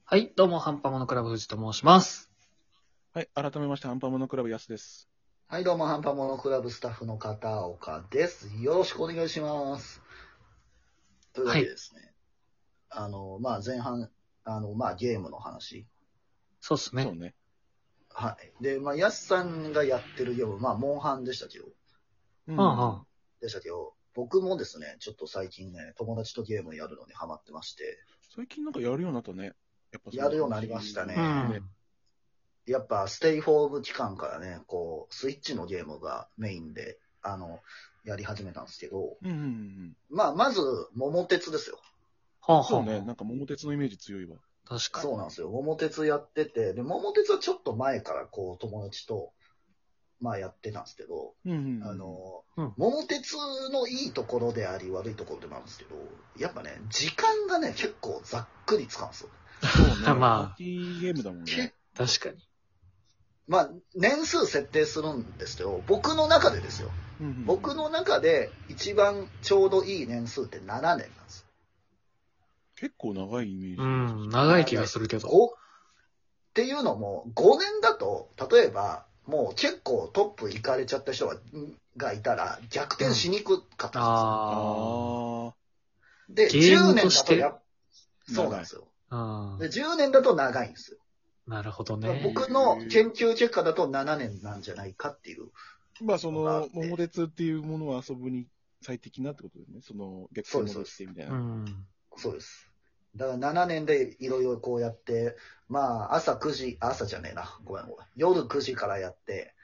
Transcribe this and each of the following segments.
はい、どうも、ハンパモノクラブ藤と申します。 はい、改めまして、アンパンモノクラブやすです。 はい、どうも、ハンパモノクラブスタッフの片岡です。よろしくお願いします。というわけでですね、前半、ゲームの話。 そうっすね。 そうね。 はい。で、やすさんがやってるゲーム、モンハンでしたけど、僕もですね、ちょっと最近ね、友達とゲームやるのにハマってまして。 最近なんかやるようになったね。 やるようになりましたね。 うんやっぱ、ステイフォーム期間からね、スイッチのゲームがメインで、やり始めたんですけど、まず、桃鉄ですよ。 そうね、なんか桃鉄のイメージ強いわ。 確かに。 そうなんですよ。桃鉄やってて、で、桃鉄はちょっと前から友達と、やってたんですけど、桃鉄のいいところであり悪いところでもあるんですけど、やっぱね、時間がね、結構ざっくり使うんですよ。 そうね。 まあパーティーゲームだもんね。 確かに。 年数設定するんですけど、僕の中でですよ。僕の中で一番ちょうどいい年数って7年なんです。 結構長いイメージ。 うん、長い気がするけど。 っていうのも、5年だと、例えば、もう結構トップ行かれちゃった人がいたら、逆転しにくかったんですよ。で、10年だとそうなんですよ。で、10年だと長いんですよ。 なるほどね。 僕の研究結果だと7年なんじゃないかっていう。 桃鉄っていうものを遊ぶに最適なってことですね。逆転戻してみたいな。 そうです。だから7年でいろいろこうやって、朝9時、朝じゃねえな。ごめん。夜9時からやって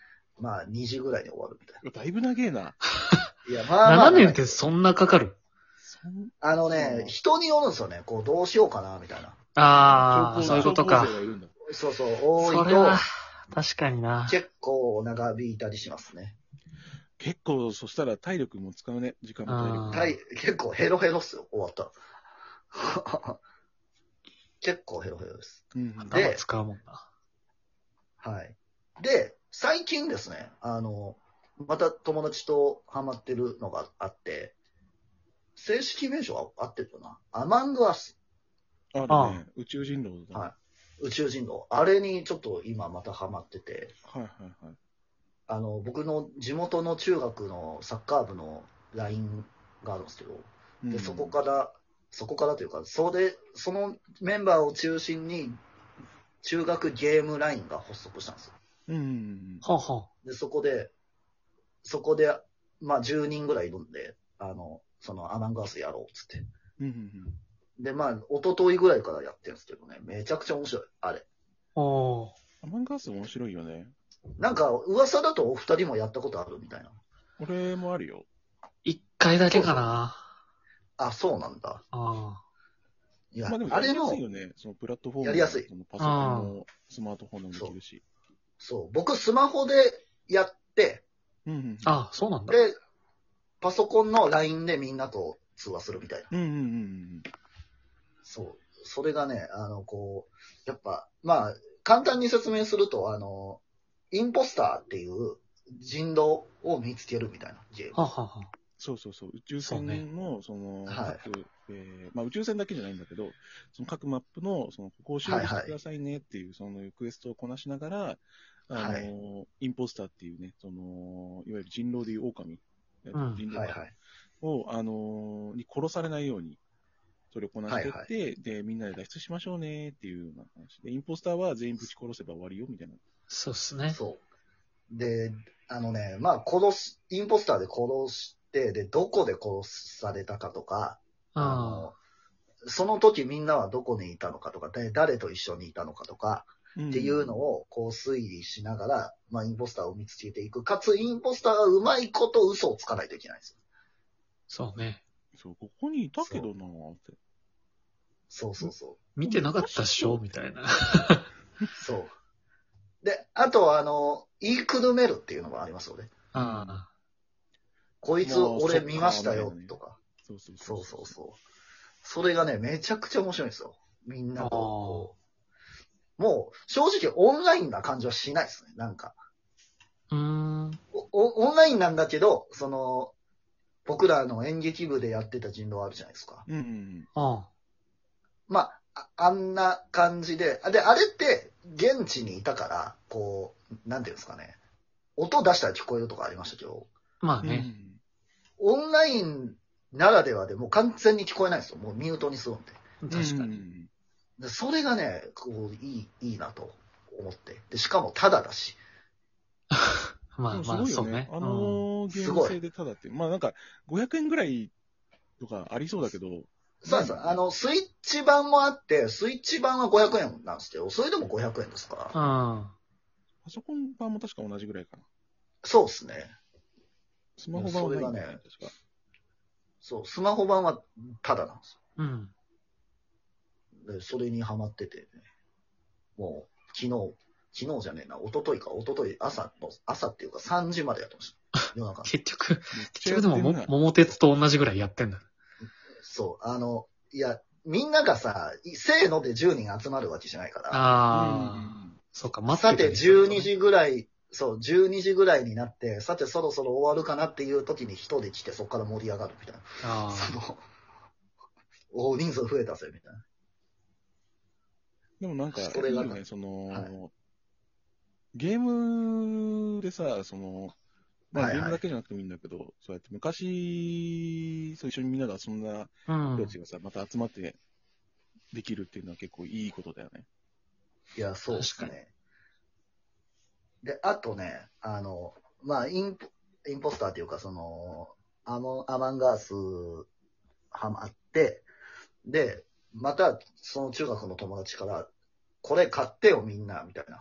、2時ぐらいに終わるみたいな。 だいぶ長えな。 いや、 7年ってそんなかかる？ 人によるんですよね。どうしようかな、みたいな。 そういうことか。 そう、多いと。 それは、確かにな。 結構長引いたりしますね。 結構、そしたら体力も使うね。時間も体力。 結構ヘロヘロっすよ、終わったら。結構ヘロヘロです。 頭使うもんな。 はい。で、最近ですね、また友達とハマってるのがあって、正式名称は合ってるかな、アマングアス。 あるね。宇宙人狼だ。 はい。宇宙人狼。あれにちょっと今またハマってて。僕の地元の中学のサッカー部の LINE があるんですけど、で、そこからというか、そのメンバーを中心に、中学ゲーム LINE が発足したんですよ。で、そこで、10人ぐらいいるんで、そのアマンガースやろうっつって。で、一昨日ぐらいからやってるんですけどね、めちゃくちゃ面白い、あれ。 アマンガース面白いよね。 なんか、噂だとお二人もやったことあるみたいな。 俺もあるよ。 1回だけかな。 そうなんだ。 いや、でもやりやすいよね。そのプラットフォーム。 やりやすい。 パソコンもスマートフォンでもできるし。 そう。僕、スマホでやって、 そうなんだ。 で、パソコンの LINE でみんなと通話するみたいな。そう。それがね、やっぱ、簡単に説明すると、インポスターっていう人狼を見つけるみたいなゲーム。 そう。宇宙船の、宇宙船だけじゃないんだけど、その各マップの、ここを修理してくださいねっていう、そのクエストをこなしながら、インポスターっていうね、いわゆる人狼でいう狼、人狼を、に殺されないように、それをこなしていって、で、みんなで脱出しましょうねっていうような話で、インポスターは全員ぶち殺せば終わりよみたいな。 そうっすね。 そう。で、インポスターで殺して、で、どこで殺されたかとか、その時みんなはどこにいたのかとか、誰と一緒にいたのかとか、っていうのを推理しながら、インポスターを見つけていく。かつ、インポスターがうまいこと嘘をつかないといけないんですよ。 そうね。 そう、ここにいたけどなーって。 そう。 見てなかったっしょみたいな。 そう。で、あと言いくるめるっていうのがありますよね。こいつ俺見ましたよとか。そう。それがね、めちゃくちゃ面白いんですよ。みんなともう、正直オンラインな感じはしないですね、なんか。オンラインなんだけど、僕らの演劇部でやってた人狼あるじゃないですか。 あんな感じで、で、あれって、現地にいたから、こう、なんていうんですかね。音出したら聞こえるとかありましたけど。 まあね。 オンラインならではでもう完全に聞こえないんですよ。もうミュートにするんで。 確かに。 でそれがね、こう、いいなと思って。で、しかもタダだし。 まあまあ、そうね。 ゲーム性でタダって。まあなんか、500円ぐらいとかありそうだけど。 そうです。スイッチ版もあって、スイッチ版は500円なんですけど、それでも500円ですから。 パソコン版も確か同じぐらいかな。 そうですね。 スマホ版はないんだよね、確か。 そう、スマホ版はタダなんですよ。 で、それにハマってて、ね、もう、昨日じゃねえな、一昨日朝っていうか3時までやってました。夜中。 結局でも、桃鉄と同じぐらいやってんだ。 そう、いや、みんながさ、せーので10人集まるわけじゃないから。 そうか、 待ってたりするとね。さて、12時ぐらい、そう、12時ぐらいになって、さて、そろそろ終わるかなっていう時に人で来て、そこから盛り上がるみたいな。人数増えたぜ、みたいな。 でもなんか、いいよね、ゲームでさ、まあゲームだけじゃなくてもいいんだけど、そうやって昔、一緒にみんなで遊んだ人たちがさ、また集まってできるっていうのは結構いいことだよね。 いや、そうですね。で、あとね、まあ、インポスターっていうか、アマンガースハマって、で、また、その中学の友達から、これ買ってよみんな、みたいな。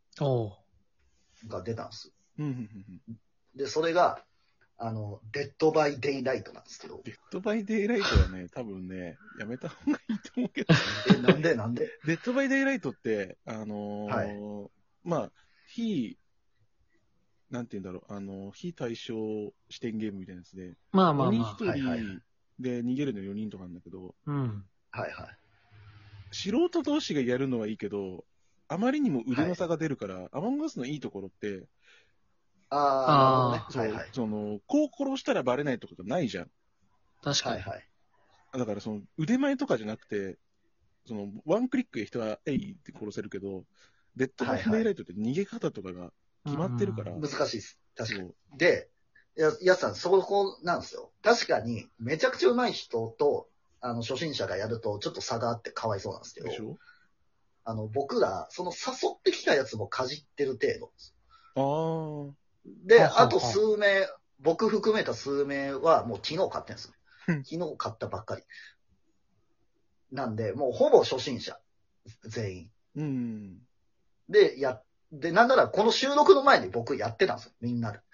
が出たんです。で、それが、デッドバイデイライトなんですけど。 デッドバイデイライトはね、多分ね、やめた方がいいと思うけど。 なんでデッドバイデイライトって、まあ、なんて言うんだろう、非対称視点ゲームみたいなやつで、鬼一人で逃げるの4人とかなんだけど、素人同士がやるのはいいけど、あまりにも腕の差が出るから、アマンガスのいいところって、 なるほどね。こう殺したらバレないとかがないじゃん。 確かに。 だから腕前とかじゃなくて、ワンクリックで人は、えいって殺せるけど、デッドバイデイライトって逃げ方とかが決まってるから。 難しいです。確かに。で、やつさん、そこなんですよ。確かに、めちゃくちゃ上手い人と、初心者がやると、ちょっと差があってかわいそうなんですけど、 でしょ？ 僕ら、誘ってきたやつもかじってる程度です。 で、 あと数名、僕含めた数名はもう昨日買ってんですよ。昨日買ったばっかり。なんで、もうほぼ初心者。全員。で、なんならこの収録の前に僕やってたんですよ。みんなで。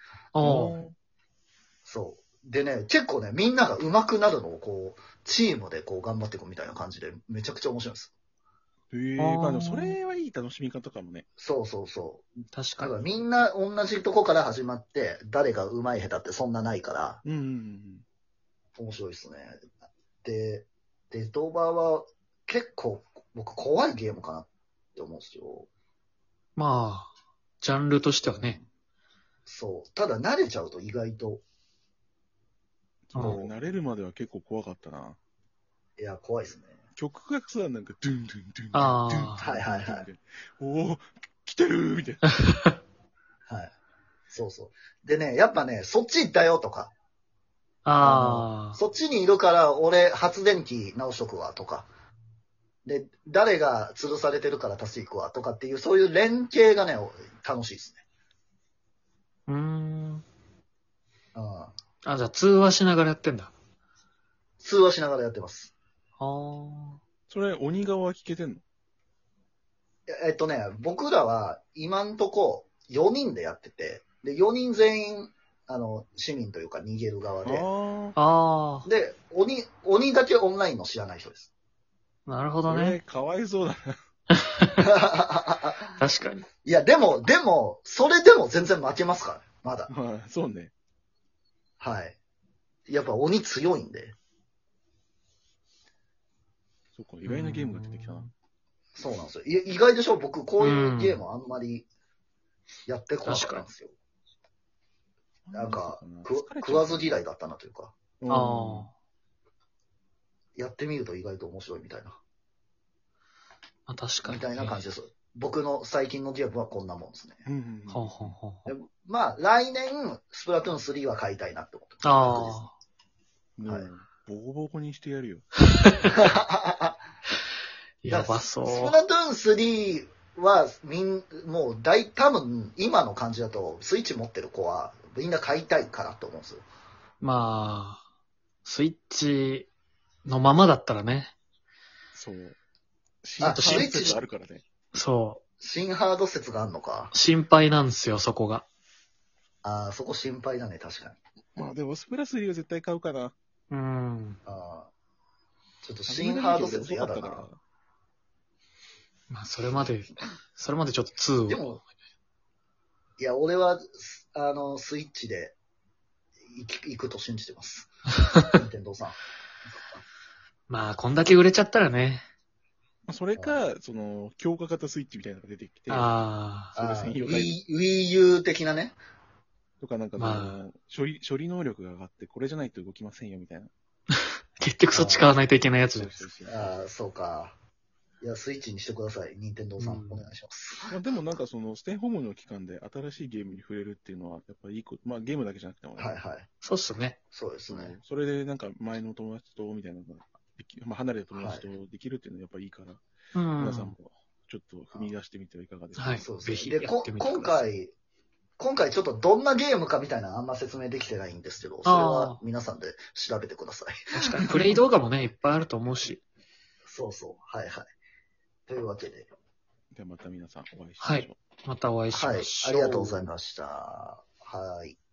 そう。でね、結構ね、みんなが上手くなるのをこう、チームでこう頑張っていくみたいな感じで、めちゃくちゃ面白いです。 まあでもそれはいい楽しみ方かもね。 そう。確かに。だからみんな同じとこから始まって、誰が上手い下手ってそんなないから、面白いですね。で、デトバは結構僕怖いゲームかなって思うんですよ。 まあ、ジャンルとしてはね。 そう。ただ慣れちゃうと意外と。 慣れるまでは結構怖かったな。 いや、怖いですね。 曲がさ、なんか、ドゥンドゥンドゥンドゥンドゥン。 はい。 おー、来てるみたいな。 はい。そう。でね、やっぱね、そっち行ったよとか。そっちにいるから俺発電機直しとくわとか。で、誰が吊るされてるから助け行くわとかっていう、そういう連携がね、楽しいですね。 じゃあ通話しながらやってんだ。 通話しながらやってます。 それ、鬼側は聞けてんの？ 僕らは今んとこ4人でやってて、で、4人全員、市民というか逃げる側で、で、鬼だけオンラインの知らない人です。 なるほどね。 かわいそうだな。確かに。 いや、でも、それでも全然負けますからね、まだ。 そうね。 はい。やっぱ鬼強いんで。 そっか、意外なゲームが出てきたな。 そうなんですよ。意外でしょ？僕、こういうゲームあんまりやってこなかったんですよ。なんか、食わず嫌いだったなというか。やってみると意外と面白いみたいな。 あ、確かに。 みたいな感じです。僕の最近のゲームはこんなもんですね。 ほうほうほう。 でまあ、来年、スプラトゥーン3は買いたいなって思ってます。 ああ。はい。ボコボコにしてやるよ。 やばそう。 スプラトゥーン3は、もう多分、今の感じだと、スイッチ持ってる子は、みんな買いたいかなと思うんですよ。 まあ、スイッチのままだったらね。 そう。 スイッチあるからね。 そう。 新ハード説があるのか。 心配なんですよ、そこが。 ああ、そこ心配だね、確かに。 まあでも、スプラ3は絶対買うかな。 ちょっと新ハード説嫌だな。 まあ、それまでちょっと2を。 でも、いや、俺は、スイッチで行くと信じてます。任天堂さん。 まあ、こんだけ売れちゃったらね。 それか、強化型スイッチみたいなのが出てきて、 Wii U 的なね。 とか処理能力が上がって、これじゃないと動きませんよ、みたいな。 結局そっち買わないといけないやつじゃないですか。そうか。いや、スイッチにしてください。任天堂さん、お願いします。 まあでもステイホームの期間で新しいゲームに触れるっていうのは、やっぱりいいこと、まあゲームだけじゃなくてもね。 はいはい。 そうっすね。 そうですね。 それで前の友達と、みたいなのが、離れた友達とできるっていうのはやっぱりいいから、皆さんもちょっと踏み出してみてはいかがですか。 はい、 そうぜひやってみてください。今回ちょっとどんなゲームかみたいなのあんま説明できてないんですけど、それは皆さんで調べてください。 確かに、プレイ動画もね、いっぱいあると思うし。 そうそう。はいはい。というわけで。 ではまた皆さんお会いしましょう。 はい。またお会いしましょう。 はい。ありがとうございました。はい。